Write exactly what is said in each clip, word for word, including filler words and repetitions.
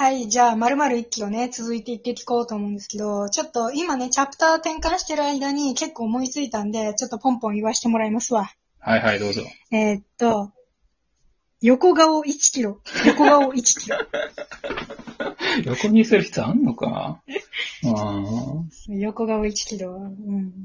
はい、じゃあ、まるまるいっキロね、続いていっていこうと思うんですけど、ちょっと今ね、チャプター転換してる間に結構思いついたんで、ちょっとポンポン言わしてもらいますわ。 はいはい、どうぞ。 えー、っと、横顔いちキロ。横顔いちキロ。 横にする必要あんのかうん横顔いちキロ。うん。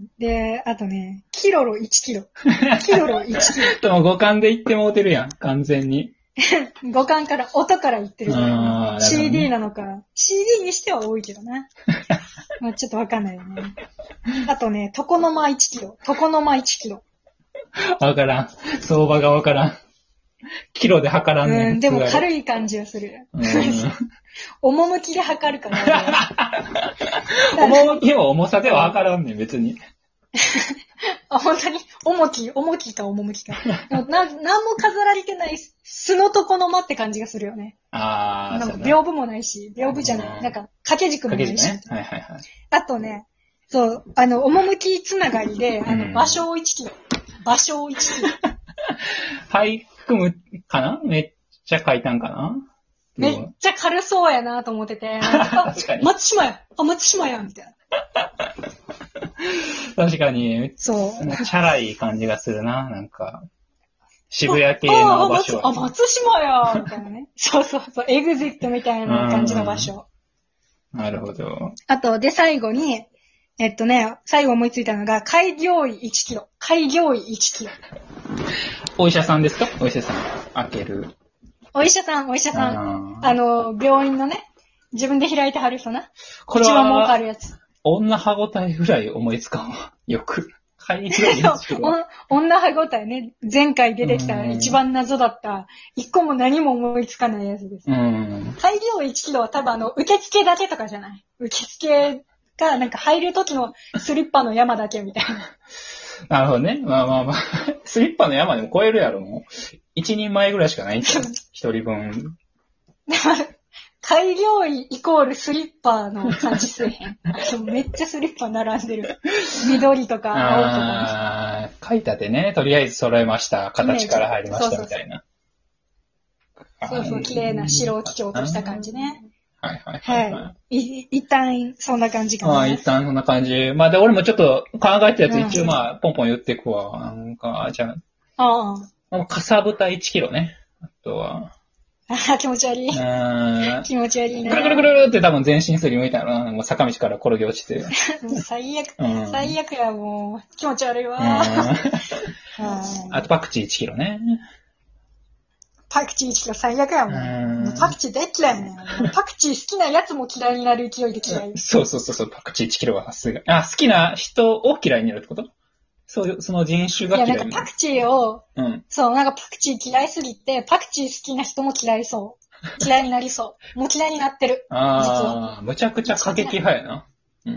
で、あとね、キロロいちキロ。キロロいちキロ。 でも五感で言ってもうてるやん、完全に。 五感から、音から言ってるじゃん。 ね、 シーディー なのか。シーディー にしては多いけどな。まあちょっとわかんないよね。あとね、床の間いちキロ。床の間いちキロ。 わからん。相場がわからん。キロで測らんねん。 うん、でも軽い感じはする。 うん、 趣で測るから。 趣も重さでは測らんねん、別に。 あ、本当に重き、重きか趣か。でもな、なんも飾られてない、素の床の間って感じがするよね。 ああ、 なんか屏風もないし、屏風じゃない。なんか掛け軸もないし。 ね、はいはいはい。 あとね、そう、あの、趣つながりで、あの、場所をいちキロ。場所をいちキロ。 俳句かなめっちゃ書いたんかなめっちゃ軽そうやなと思ってて。 確かに。 松島やあ、松島やみたいな。 確かに。 そう。 チャラい感じがするな、なんか。渋谷系の場所。 あ、松島やみたいなね。そうそうそう。エグジットみたいな感じの場所。 なるほど。 あと、で、最後に、えっとね、最後思いついたのが、開業医いちキロ。開業医いちキロ。 お医者さんですか？お医者さん。開ける。 お医者さん、お医者さん。あ, あの、病院のね、自分で開いてはる人な。 これは、 一番儲かるやつ。 女歯応えぐらい思いつかんわ。よく。開業医いちキロ。 女歯応えね。前回出てきた一番謎だった、一個も何も思いつかないやつです。 うん。 開業医いちキロは多分あの、受付だけとかじゃない。受付が、なんか入る時のスリッパの山だけみたいな。 なるほどね。まあまあまあ。スリッパの山でも超えるやろ、もう。一人前ぐらいしかないんちゃう？一人分。 開業医イコールスリッパの感じせえへん。めっちゃスリッパ並んでる。緑とか青とか。 ああ、書いたてね。とりあえず揃えました。形から入りましたみたいな。 そうそう、綺麗な白を基調とした感じね。 はいはいはい、はい。 はい。い、一旦そんな感じかな。 ああ、一旦そんな感じ。まあで、俺もちょっと考えたやつ一応まあ、ポンポン言っていくわ。なんか、じゃあ。 ああ。かさぶたいちキロね。あとは。 ああ、気持ち悪い。気持ち悪いね。 ぐるぐるぐるぐるって多分全身すり向いたのな。もう坂道から転げ落ちて。 最悪、うん、最悪や、もう。気持ち悪いわ。 あとパクチーいちキロね。 パクチーいちキロ最悪やもん。もうパクチー大嫌いね。パクチー好きなやつも嫌いになる勢いで嫌い。 そうそうそうそう、パクチーいちキロはさすが。あ、好きな人を嫌いになるってこと？そういう、その人種が嫌いになる。 いや、なんかパクチーを、うん、そう、なんかパクチー嫌いすぎて、パクチー好きな人も嫌いそう。嫌いになりそう。もう嫌いになってる。 ああ、むちゃくちゃ過激派やな。うん。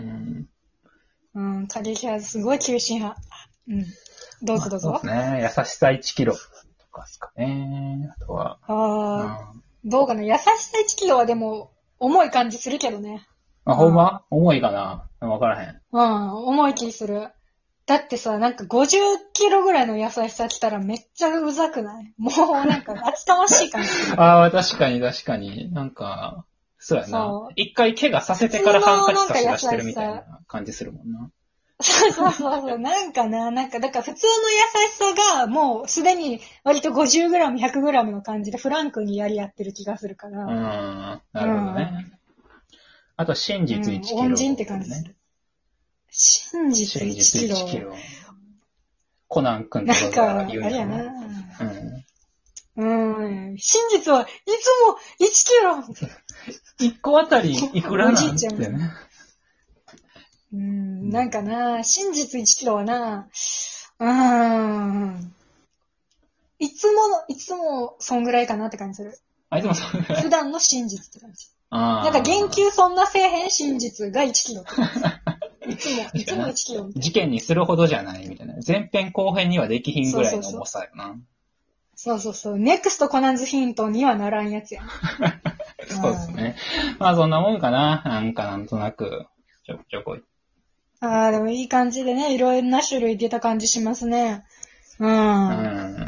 うん、過激派、すごい急進派。うん。どうぞどうぞ。 そうですね。優しさいちキロとかですかね。あとは。 ああ、どうかな。優しさいちキロはでも、重い感じするけどね。 あ、ほんま？重いかな？わからへん。 うん、重い気する。だってさ、なんかごじゅっキロぐらいの優しさ来たらめっちゃうざくない？もうなんか厚かましい感じする。 ああ、確かに確かに。なんか、そうやな。一回怪我させてからハンカチ差し出してるみたいな感じするもんな。 そうそうそうそう。なんかな、なんか、だから普通の優しさがもうすでに割と ごじゅうグラム、ひゃくグラム の感じでフランクにやり合ってる気がするから。 うん、なるほどね。うん、あと、真実いちキロ、ね。 恩人って感じする。真実いちキロ。真実いちキロ。 コナン君とかが言うの。なんか、あれやな。 うん。 うん。真実はいつもいちキロ。 いっこあたりいくらなんてね。 うん、なんかな、真実いちキロはな、うーん。いつもの、いつもそんぐらいかなって感じする。 あ、いつもそんぐらい。 普段の真実って感じ。 ああ。 なんか言及そんなせえへん真実がいちキロって感じ。いつも、いつもいちキロみたいな。 事件にするほどじゃないみたいな。前編後編にはできひんぐらいの重さよな。 そうそうそう。ネクストコナンズヒントにはならんやつや。 そうですね。まあそんなもんかな。なんかなんとなく、ちょこちょこい。 ああ、でもいい感じでね、いろんな種類出た感じしますね。うん。うん。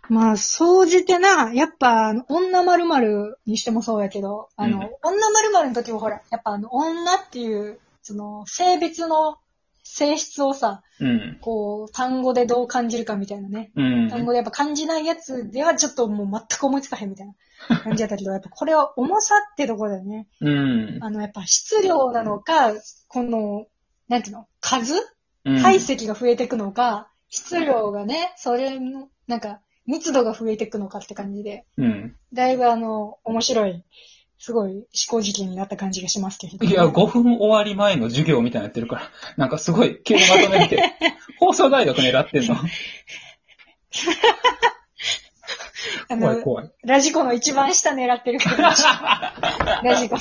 まあ、総じてな、やっぱ、あの女〇〇にしてもそうやけど、あの、 うん女〇〇の時もほら、やっぱあの、女っていう、その、性別の性質をさ、 うん。 こう、単語でどう感じるかみたいなね。 うん。 単語でやっぱ感じないやつではちょっともう全く思いつかへんみたいな感じだったけど、やっぱこれは重さってところだよね。 うん。 あの、やっぱ質量なのか、この、なんていうの数うん。 体積が増えていくのか、質量がね、それの、なんか、密度が増えていくのかって感じで、 うん。 だいぶあの、面白い、すごい思考実験になった感じがしますけど、ね。 いや、ごふん終わり前の授業みたいになってるから、なんかすごい急にまとめて、放送大学狙ってんの。 あの、 怖い怖い。 ラジコの一番下狙ってるから。ラジコ。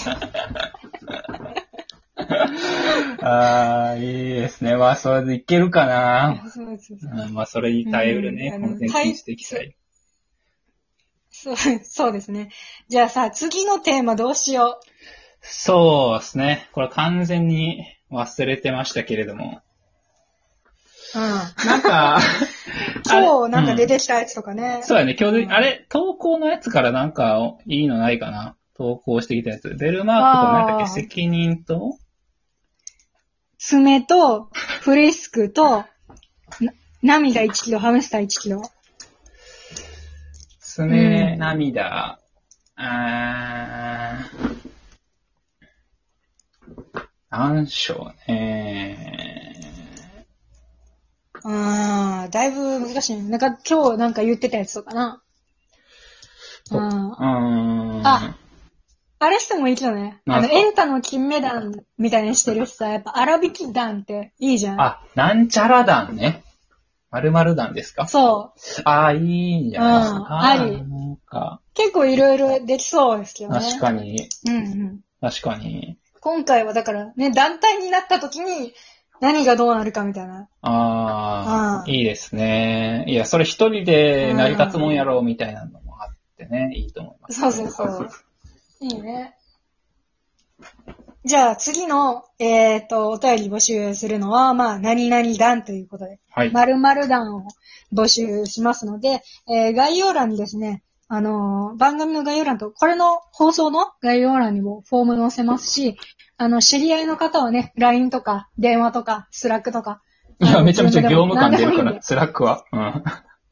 ああ、いいですね。まあ、それでいけるかな。 そうそうそううん、まあ、それに耐えうるね、 うんコンテンツにしていきたい。 そうそうですね。じゃあさ、次のテーマどうしよそうですね。これ完全に忘れてましたけれども。 う。うん。 なんか、 今日なんか出て、 てきたやつとかね。 うんそうやね。今日で、 うんあれ、投稿のやつからなんかいいのないかな。投稿してきたやつ。ベルマークと何だっけ、 あー責任と爪と、フリスクと、な涙いちキロ、ハムスターいちキロ。 爪、 うん涙、あー、なんでしょうね。 あー、だいぶ難しいね。なんか今日なんか言ってたやつとかな。 そううん。 うーん。 ああれしてもいいけどね。あの、 なんすかエンタの金メダルみたいにしてるしさ、やっぱ粗挽き団っていいじゃん。 あ、なんちゃら団ね。〇〇団ですか？ そう。 ああ、いいんじゃないですか。 うんありなんか、 結構いろいろできそうですけどね。 確かに、 うんうん。 確かに。 今回はだからね、団体になった時に何がどうなるかみたいな。 ああ、 うんいいですね。いや、それ一人で成り立つもんやろうみたいなのもあってね、いいと思います。 そうそうそう。いいね。じゃあ次の、えっと、お便り募集するのは、まあ、何々団ということで、 はい。 〇〇団を募集しますので、えー概要欄にですね、あのー番組の概要欄と、これの放送の概要欄にもフォーム載せますし、あの、知り合いの方はね、ライン とか、電話とか、スラックとか。 いや、めちゃめちゃ業務感出るか何でもいいんでら、スラックは。うん。 もう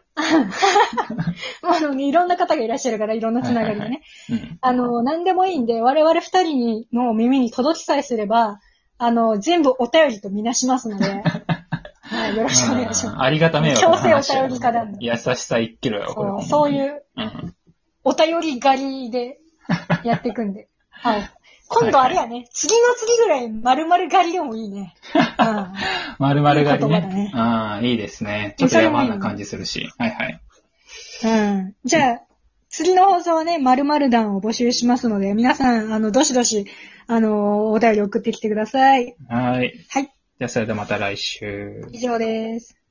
あのね、いろんな方がいらっしゃるから、いろんなつながりでね。 うん。 あの、何でもいいんで、我々二人にの耳に届きさえすれば、あの、全部お便りとみなしますので、はい、よろしくお願いします。 ありがた迷惑な話や。 強制お便り化なんで優しさ一キロよ、これそうは。 そういううん。 お便り狩りでやっていくんで。はい。今度あれやね、次の次ぐらい丸々狩りでもいいね。うん丸々がりいい言葉だねね。 ああ、いいですね。ちょっと山な感じするし。はいはい。 うん。じゃあ、次の放送はね、〇〇団を募集しますので、皆さん、あの、どしどし、あの、お便り送ってきてください。 はい。 はい。 じゃあ、それではまた来週。 以上です。